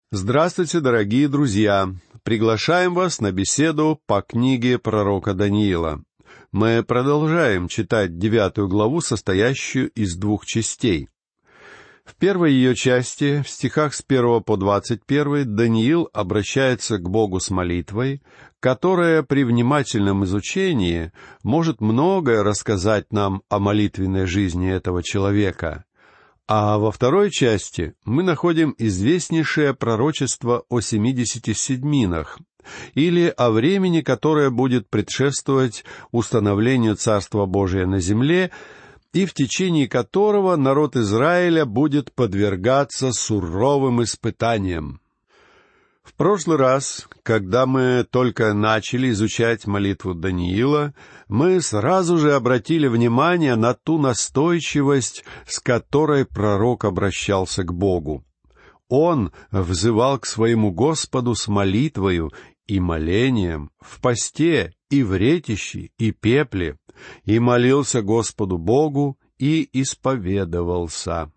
Здравствуйте, дорогие друзья! Приглашаем вас на беседу по книге пророка Даниила. Мы продолжаем читать 9 главу, состоящую из 2 частей. В первой ее части, в стихах с 1 по 21, Даниил обращается к Богу с молитвой, которая при внимательном изучении может многое рассказать нам о молитвенной жизни этого человека. А во второй части мы находим известнейшее пророчество о 70 седьминах, или о времени, которое будет предшествовать установлению Царства Божия на земле, и в течение которого народ Израиля будет подвергаться суровым испытаниям. В прошлый раз, когда мы только начали изучать молитву Даниила, мы сразу же обратили внимание на ту настойчивость, с которой пророк обращался к Богу. Он взывал к своему Господу с молитвою и молением, в посте и в ретище и пепле, и молился Господу Богу и исповедовался.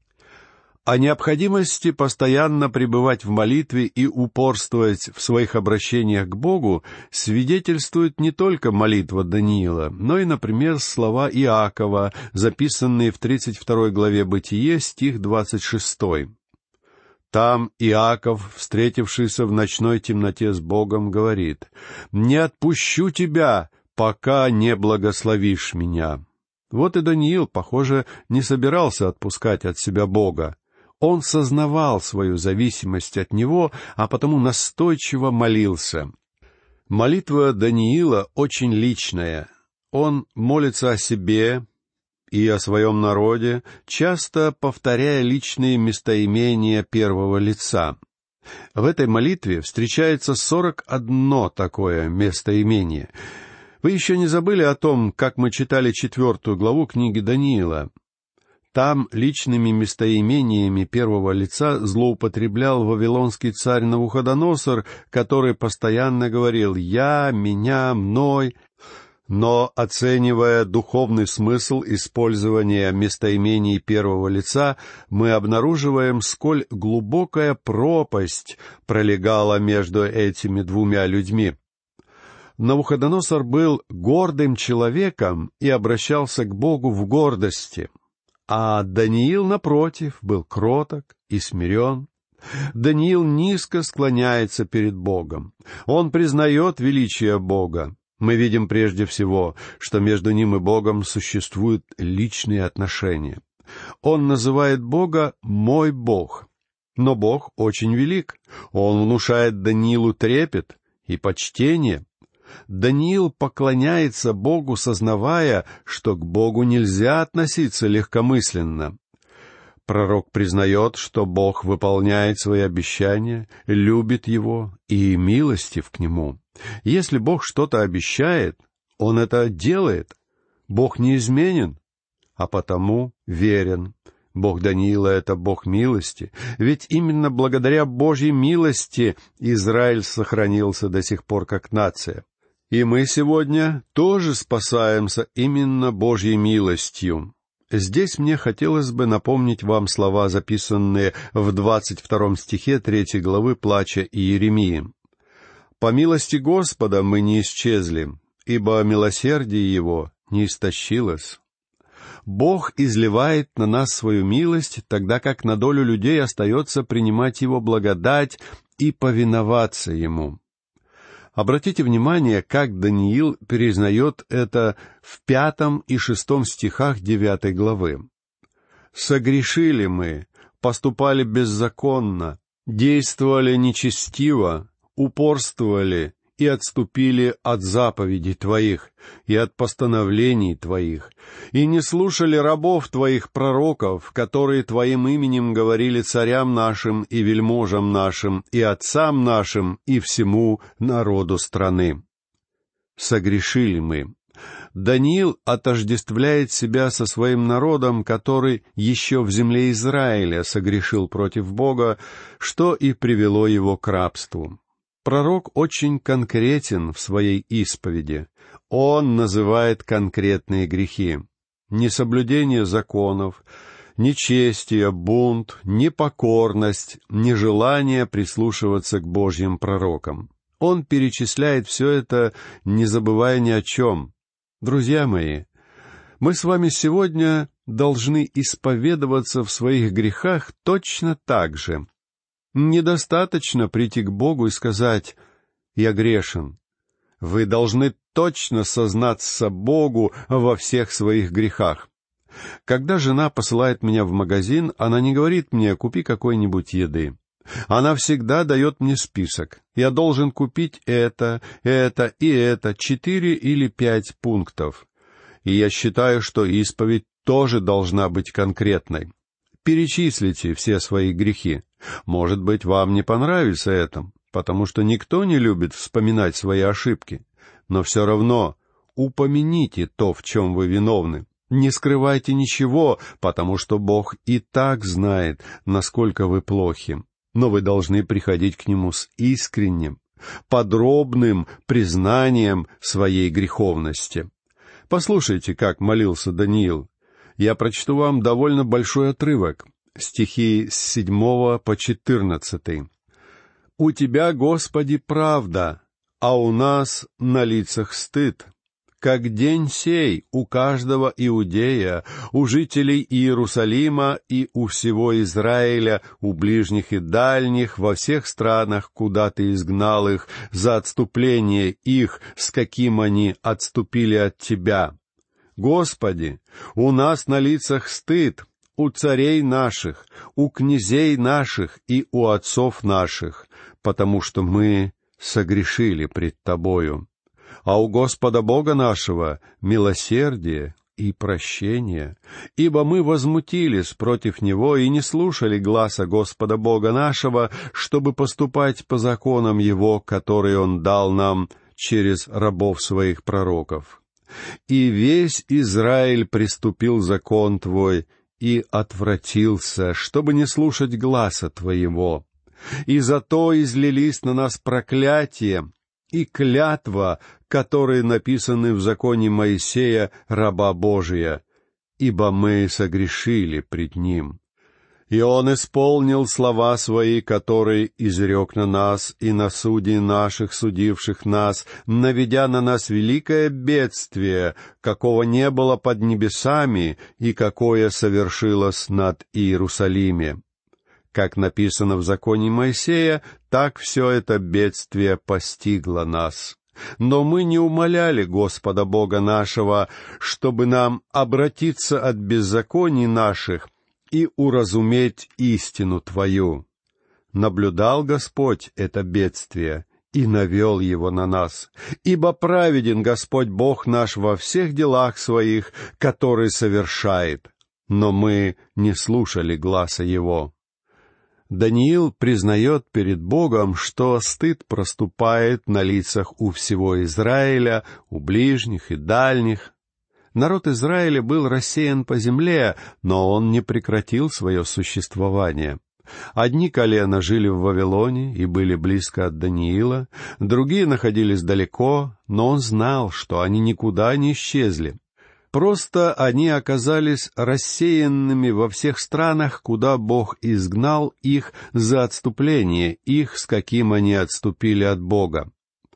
О необходимости постоянно пребывать в молитве и упорствовать в своих обращениях к Богу свидетельствует не только молитва Даниила, но и, например, слова Иакова, записанные в 32 главе Бытие, стих 26. Там Иаков, встретившийся в ночной темноте с Богом, говорит: «Не отпущу тебя, пока не благословишь меня». Вот и Даниил, похоже, не собирался отпускать от себя Бога. Он сознавал свою зависимость от Него, а потому настойчиво молился. Молитва Даниила очень личная. Он молится о себе и о своем народе, часто повторяя личные местоимения первого лица. В этой молитве встречается 41 такое местоимение. Вы еще не забыли о том, как мы читали 4 главу книги Даниила? Там личными местоимениями первого лица злоупотреблял вавилонский царь Навуходоносор, который постоянно говорил «я», «меня», «мной». Но, оценивая духовный смысл использования местоимений первого лица, мы обнаруживаем, сколь глубокая пропасть пролегала между этими двумя людьми. Навуходоносор был гордым человеком и обращался к Богу в гордости. А Даниил, напротив, был кроток и смирен. Даниил низко склоняется перед Богом. Он признает величие Бога. Мы видим прежде всего, что между ним и Богом существуют личные отношения. Он называет Бога «мой Бог». Но Бог очень велик. Он внушает Даниилу трепет и почтение. Даниил поклоняется Богу, сознавая, что к Богу нельзя относиться легкомысленно. Пророк признает, что Бог выполняет свои обещания, любит его и милостив к нему. Если Бог что-то обещает, Он это делает. Бог неизменен, а потому верен. Бог Даниила — это Бог милости, ведь именно благодаря Божьей милости Израиль сохранился до сих пор как нация. И мы сегодня тоже спасаемся именно Божьей милостью. Здесь мне хотелось бы напомнить вам слова, записанные в 22 стихе 3 главы «Плача Иеремии». «По милости Господа мы не исчезли, ибо милосердие Его не истощилось». Бог изливает на нас свою милость, тогда как на долю людей остается принимать Его благодать и повиноваться Ему. Обратите внимание, как Даниил признает это в 5 и 6 стихах 9 главы. «Согрешили мы, поступали беззаконно, действовали нечестиво, упорствовали и отступили от заповедей Твоих и от постановлений Твоих, и не слушали рабов Твоих пророков, которые Твоим именем говорили царям нашим и вельможам нашим, и отцам нашим, и всему народу страны». Согрешили мы. Даниил отождествляет себя со своим народом, который еще в земле Израиля согрешил против Бога, что и привело его к рабству. Пророк очень конкретен в своей исповеди. Он называет конкретные грехи: несоблюдение законов, Нечестие, бунт, непокорность, нежелание прислушиваться к Божьим пророкам. Он перечисляет все это, не забывая ни о чем. Друзья мои, мы с вами сегодня должны исповедоваться в своих грехах точно так же. Недостаточно прийти к Богу и сказать: «Я грешен». Вы должны точно сознаться Богу во всех своих грехах. Когда жена посылает меня в магазин, она не говорит мне: «Купи какой-нибудь еды». Она всегда дает мне список. Я должен купить это и это, 4 или 5 пунктов. И я считаю, что исповедь тоже должна быть конкретной. Перечислите все свои грехи. Может быть, вам не понравится это, потому что никто не любит вспоминать свои ошибки. Но все равно упомяните то, в чем вы виновны. Не скрывайте ничего, потому что Бог и так знает, насколько вы плохи. Но вы должны приходить к Нему с искренним, подробным признанием своей греховности. Послушайте, как молился Даниил. Я прочту вам довольно большой отрывок, стихи с 7 по 14. «У Тебя, Господи, правда, а у нас на лицах стыд. Как день сей у каждого иудея, у жителей Иерусалима и у всего Израиля, у ближних и дальних, во всех странах, куда Ты изгнал их, за отступление их, с каким они отступили от Тебя. Господи, у нас на лицах стыд, у царей наших, у князей наших и у отцов наших, потому что мы согрешили пред Тобою. А у Господа Бога нашего милосердие и прощение, ибо мы возмутились против Него и не слушали гласа Господа Бога нашего, чтобы поступать по законам Его, которые Он дал нам через рабов Своих пророков. И весь Израиль приступил закон Твой и отвратился, чтобы не слушать гласа Твоего. И зато излились на нас проклятие и клятва, которые написаны в законе Моисея, раба Божия, ибо мы согрешили пред Ним. И Он исполнил слова Свои, которые изрек на нас и на судей наших, судивших нас, наведя на нас великое бедствие, какого не было под небесами и какое совершилось над Иерусалиме. Как написано в законе Моисея, так все это бедствие постигло нас. Но мы не умоляли Господа Бога нашего, чтобы нам обратиться от беззаконий наших и уразуметь истину Твою. Наблюдал Господь это бедствие и навел его на нас, ибо праведен Господь Бог наш во всех делах Своих, которые совершает, но мы не слушали гласа Его». Даниил признает перед Богом, что стыд проступает на лицах у всего Израиля, у ближних и дальних. Народ Израиля был рассеян по земле, но он не прекратил свое существование. Одни колена жили в Вавилоне и были близко от Даниила, другие находились далеко, но он знал, что они никуда не исчезли. Просто они оказались рассеянными во всех странах, куда Бог изгнал их за отступление их, с каким они отступили от Бога.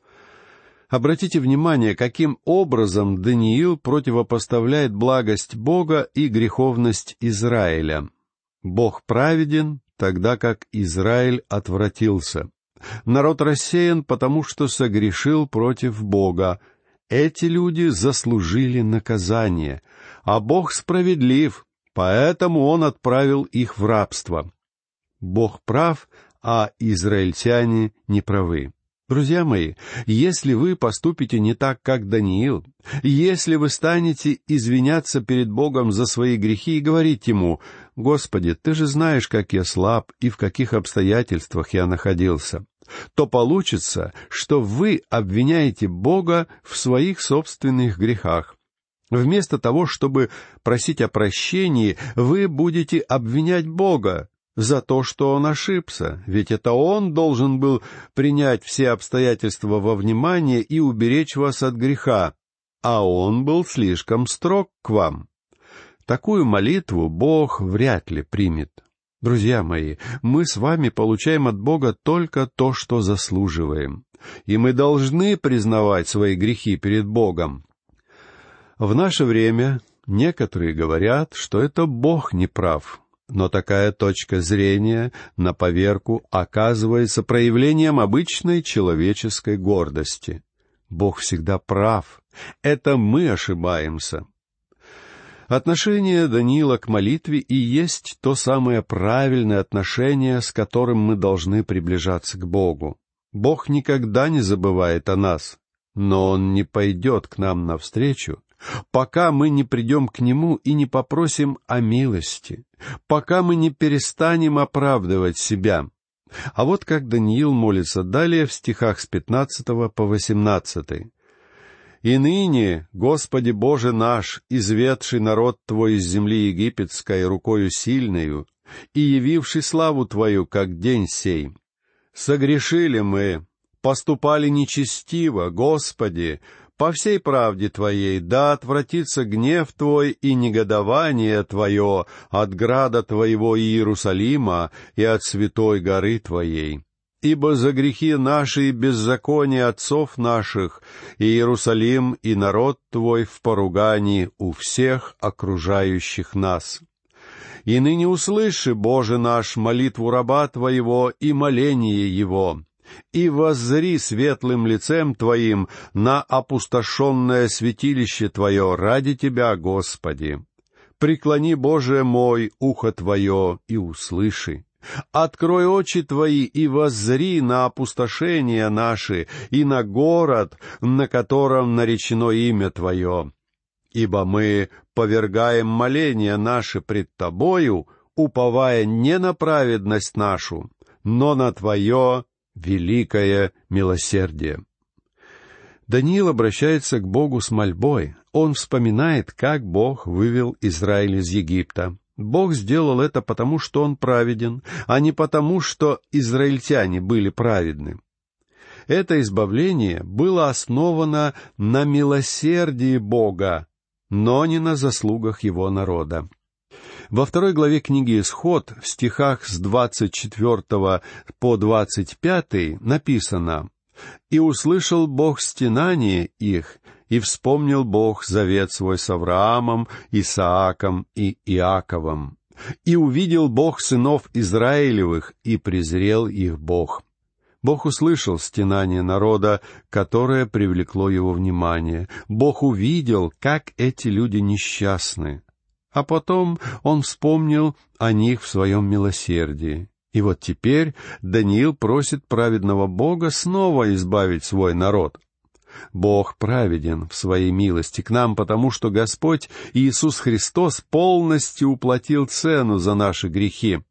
Обратите внимание, каким образом Даниил противопоставляет благость Бога и греховность Израиля. Бог праведен, тогда как Израиль отвратился. Народ рассеян, потому что согрешил против Бога. Эти люди заслужили наказание, а Бог справедлив, поэтому Он отправил их в рабство. Бог прав, а израильтяне неправы. Друзья мои, если вы поступите не так, как Даниил, если вы станете извиняться перед Богом за свои грехи и говорить Ему: «Господи, Ты же знаешь, как я слаб и в каких обстоятельствах я находился», то получится, что вы обвиняете Бога в своих собственных грехах. Вместо того, чтобы просить о прощении, вы будете обвинять Бога за то, что Он ошибся, ведь это Он должен был принять все обстоятельства во внимание и уберечь вас от греха, а Он был слишком строг к вам. такую молитву Бог вряд ли примет. Друзья мои, мы с вами получаем от Бога только то, что заслуживаем, и мы должны признавать свои грехи перед Богом. В наше время некоторые говорят, что это Бог не прав, но такая точка зрения на поверку оказывается проявлением обычной человеческой гордости. Бог всегда прав. Это мы ошибаемся. Отношение Даниила к молитве и есть то самое правильное отношение, с которым мы должны приближаться к Богу. Бог никогда не забывает о нас, но Он не пойдет к нам навстречу, пока мы не придем к Нему и не попросим о милости, пока мы не перестанем оправдывать себя. А вот как Даниил молится далее в стихах с 15 по 18. «И ныне, Господи Боже наш, изведший народ Твой из земли египетской рукою сильною и явивший славу Твою, как день сей, согрешили мы, поступали нечестиво, Господи, по всей правде Твоей, да отвратится гнев Твой и негодование Твое от града Твоего Иерусалима и от святой горы Твоей. Ибо за грехи наши и беззакония отцов наших Иерусалим и народ Твой в поругании у всех окружающих нас. И ныне услыши, Боже наш, молитву раба Твоего и моление его, и воззри светлым лицем Твоим на опустошенное святилище Твое ради Тебя, Господи. Преклони, Боже мой, ухо Твое и услыши. Открой очи Твои и воззри на опустошения наши и на город, на котором наречено имя Твое. Ибо мы повергаем моления наши пред Тобою, уповая не на праведность нашу, но на Твое великое милосердие». Даниил обращается к Богу с мольбой. Он вспоминает, как Бог вывел Израиль из Египта. Бог сделал это потому, что Он праведен, а не потому, что израильтяне были праведны. Это избавление было основано на милосердии Бога, но не на заслугах Его народа. Во 2 главе книги «Исход» в стихах с 24 по 25 написано: «И услышал Бог стенание их, и вспомнил Бог завет свой с Авраамом, Исааком и Иаковом. И увидел Бог сынов Израилевых, и презрел их Бог». Бог услышал стенание народа, которое привлекло его внимание. Бог увидел, как эти люди несчастны. А потом Он вспомнил о них в Своем милосердии. И вот теперь Даниил просит праведного Бога снова избавить свой народ. Бог праведен в Своей милости к нам, потому что Господь Иисус Христос полностью уплатил цену за наши грехи.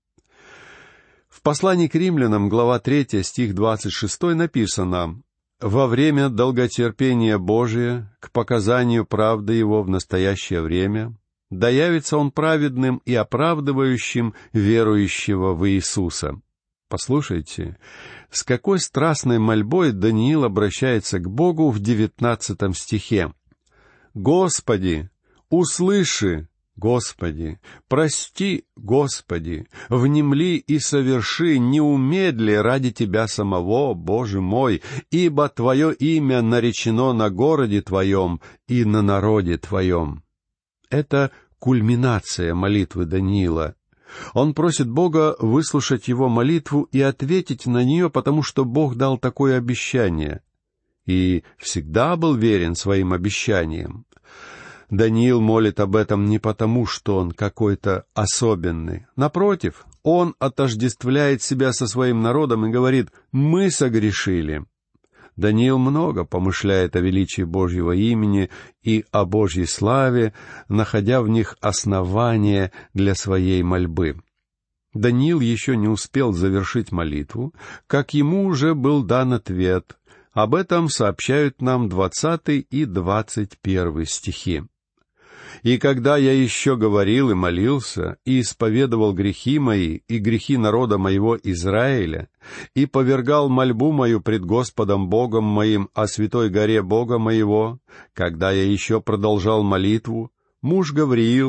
В послании к римлянам, глава 3, стих 26 написано: «Во время долготерпения Божия к показанию правды Его в настоящее время, да явится Он праведным и оправдывающим верующего в Иисуса». Послушайте, с какой страстной мольбой Даниил обращается к Богу в 19 стихе. «Господи, услыши, Господи, прости, Господи, внемли и соверши, не умедли ради Тебя самого, Боже мой, ибо Твое имя наречено на городе Твоем и на народе Твоем». Это кульминация молитвы Даниила. Он просит Бога выслушать его молитву и ответить на нее, потому что Бог дал такое обещание и всегда был верен своим обещаниям. Даниил молит об этом не потому, что он какой-то особенный. Напротив, он отождествляет себя со своим народом и говорит: «Мы согрешили». Даниил много помышляет о величии Божьего имени и о Божьей славе, находя в них основание для своей мольбы. Даниил еще не успел завершить молитву, как ему уже был дан ответ. Об этом сообщают нам 20 и 21 стихи. «И когда я еще говорил и молился, и исповедовал грехи мои и грехи народа моего Израиля, и повергал мольбу мою пред Господом Богом моим о святой горе Бога моего, когда я еще продолжал молитву, муж Гавриил,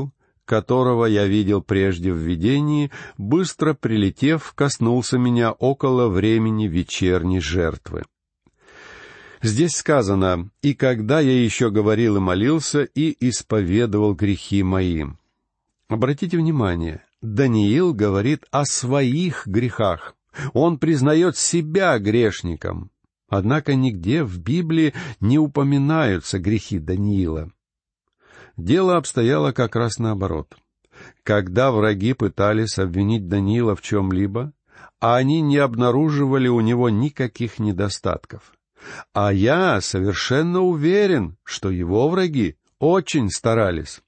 которого я видел прежде в видении, быстро прилетев, коснулся меня около времени вечерней жертвы. Здесь сказано: «И когда я еще говорил и молился, и исповедовал грехи мои». Обратите внимание, Даниил говорит о своих грехах. Он признает себя грешником. Однако нигде в Библии не упоминаются грехи Даниила. Дело обстояло как раз наоборот. Когда враги пытались обвинить Даниила в чем-либо, они не обнаруживали у него никаких недостатков. А я совершенно уверен, что его враги очень старались.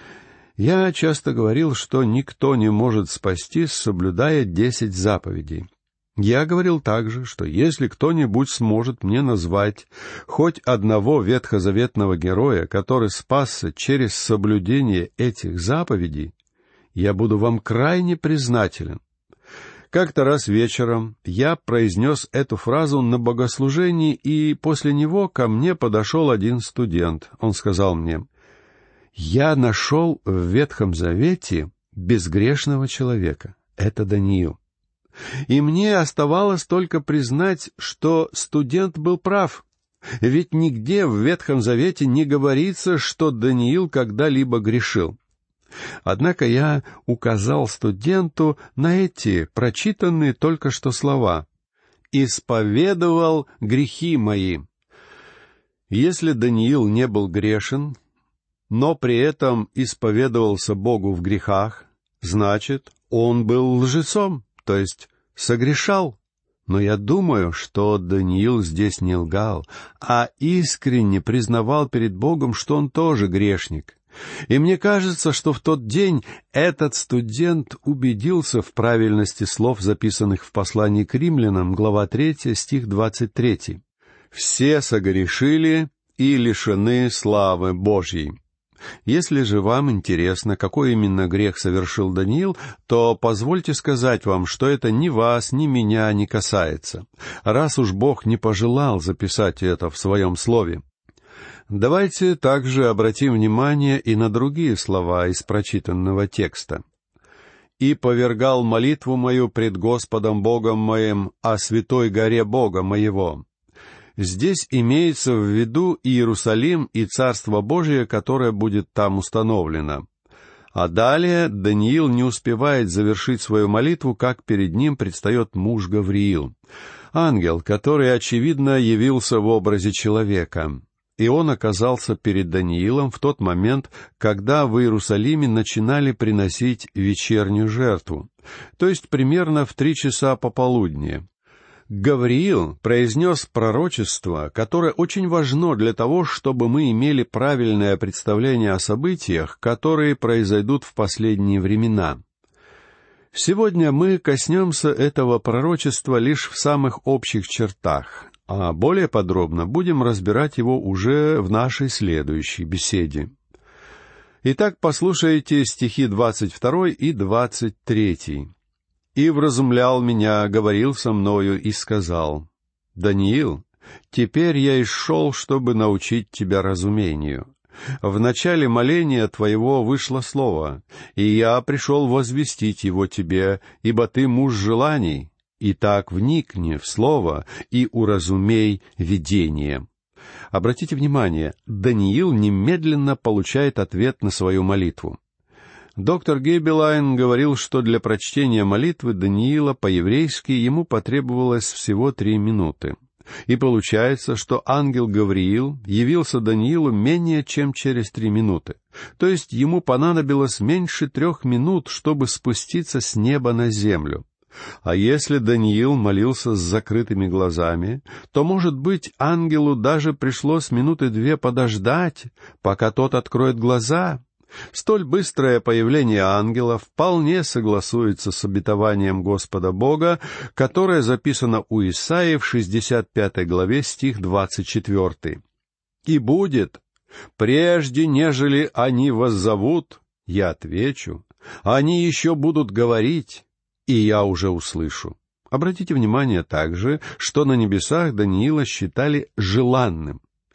Я часто говорил, что никто не может спастись, соблюдая 10 заповедей. Я говорил также, что если кто-нибудь сможет мне назвать хоть одного ветхозаветного героя, который спасся через соблюдение этих заповедей, я буду вам крайне признателен. Как-то раз вечером я произнес эту фразу на богослужении, и после него ко мне подошел один студент. Он сказал мне: «Я нашел в Ветхом Завете безгрешного человека. Это Даниил». И мне оставалось только признать, что студент был прав. Ведь нигде в Ветхом Завете не говорится, что Даниил когда-либо грешил. Однако я указал студенту на эти прочитанные только что слова: «Исповедовал грехи мои». Если Даниил не был грешен, но при этом исповедовался Богу в грехах, значит, он был лжецом, то есть согрешал. Но я думаю, что Даниил здесь не лгал, а искренне признавал перед Богом, что он тоже грешник. И мне кажется, что в тот день этот студент убедился в правильности слов, записанных в послании к римлянам, глава 3, стих 23. «Все согрешили и лишены славы Божьей». Если же вам интересно, какой именно грех совершил Даниил, то позвольте сказать вам, что это ни вас, ни меня не касается, раз уж Бог не пожелал записать это в Своем Слове. Давайте также обратим внимание и на другие слова из прочитанного текста. «И повергал молитву мою пред Господом Богом моим о святой горе Бога моего». Здесь имеется в виду Иерусалим и Царство Божие, которое будет там установлено. А далее Даниил не успевает завершить свою молитву, как перед ним предстает муж Гавриил, ангел, который, очевидно, явился в образе человека. И он оказался перед Даниилом в тот момент, когда в Иерусалиме начинали приносить вечернюю жертву, то есть примерно в 3 часа пополудни. Гавриил произнес пророчество, которое очень важно для того, чтобы мы имели правильное представление о событиях, которые произойдут в последние времена. Сегодня мы коснемся этого пророчества лишь в самых общих чертах, а более подробно будем разбирать его уже в нашей следующей беседе. Итак, послушайте стихи 22 и 23. «И вразумлял меня, говорил со мною и сказал: Даниил, теперь я исшел, чтобы научить тебя разумению. В начале моления твоего вышло слово, и я пришел возвестить его тебе, ибо ты муж желаний. Итак, вникни в слово и уразумей видение». Обратите внимание, Даниил немедленно получает ответ на свою молитву. Доктор Гебелайн говорил, что для прочтения молитвы Даниила по-еврейски ему потребовалось всего 3 минуты. И получается, что ангел Гавриил явился Даниилу менее чем через 3 минуты. То есть ему понадобилось меньше 3 минут, чтобы спуститься с неба на землю. А если Даниил молился с закрытыми глазами, то, может быть, ангелу даже пришлось 2 минуты подождать, пока тот откроет глаза. Столь быстрое появление ангела вполне согласуется с обетованием Господа Бога, которое записано у Исаии в 65 главе, стих 24. «И будет, прежде нежели они воззовут, я отвечу, они еще будут говорить, и я уже услышу». Обратите внимание также, что на небесах Даниила считали желанным.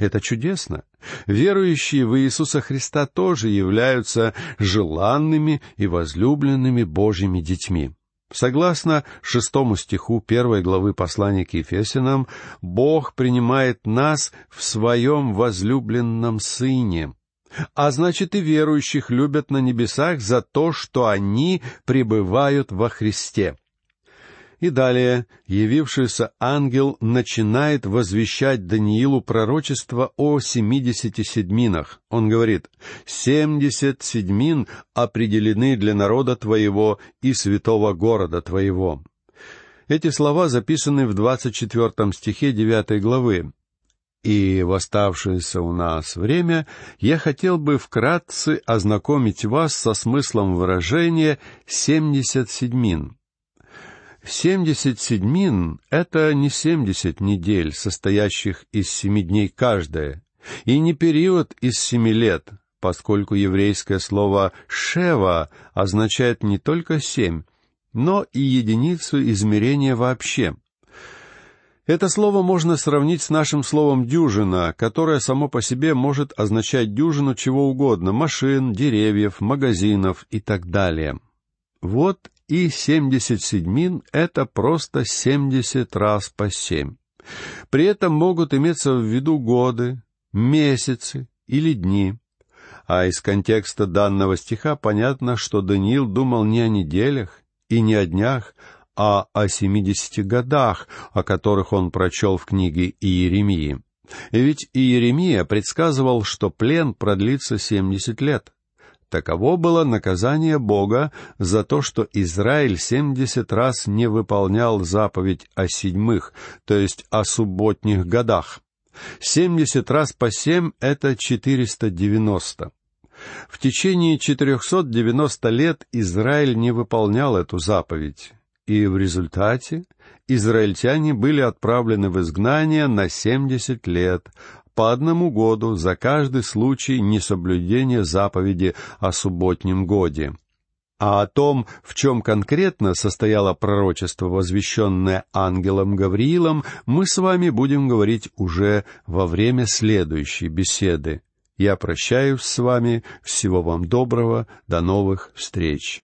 Это чудесно. Верующие в Иисуса Христа тоже являются желанными и возлюбленными Божьими детьми. Согласно 6 стиху 1 главы послания к Ефесянам, Бог принимает нас в Своем возлюбленном Сыне. А значит, и верующих любят на небесах за то, что они пребывают во Христе. И далее явившийся ангел начинает возвещать Даниилу пророчество о 70 седьминах. Он говорит: «70 седьмин определены для народа твоего и святого города твоего». Эти слова записаны в 24 стихе 9 главы. И в оставшееся у нас время я хотел бы вкратце ознакомить вас со смыслом выражения «70 седьмин». 70 седьмин — это не 70 недель, состоящих из 7 дней каждая, и не период из 7 лет, поскольку еврейское слово «шева» означает не только 7, но и единицу измерения вообще. Это слово можно сравнить с нашим словом «дюжина», которое само по себе может означать дюжину чего угодно — машин, деревьев, магазинов и так далее. Вот и 70 седьмин — это просто 70 раз по 7. При этом могут иметься в виду годы, месяцы или дни. А из контекста данного стиха понятно, что Даниил думал не о неделях и не о днях, а о 70 годах, о которых он прочел в книге Иеремии. Ведь Иеремия предсказывал, что плен продлится 70 лет. Таково было наказание Бога за то, что Израиль 70 раз не выполнял заповедь о седьмых, то есть о субботних годах. 70 раз по 7 — это 490. В течение 490 лет Израиль не выполнял эту заповедь, и в результате израильтяне были отправлены в изгнание на 70 лет, по 1 году за каждый случай несоблюдения заповеди о субботнем годе. А о том, в чем конкретно состояло пророчество, возвещенное ангелом Гавриилом, мы с вами будем говорить уже во время следующей беседы. Я прощаюсь с вами. Всего вам доброго. До новых встреч.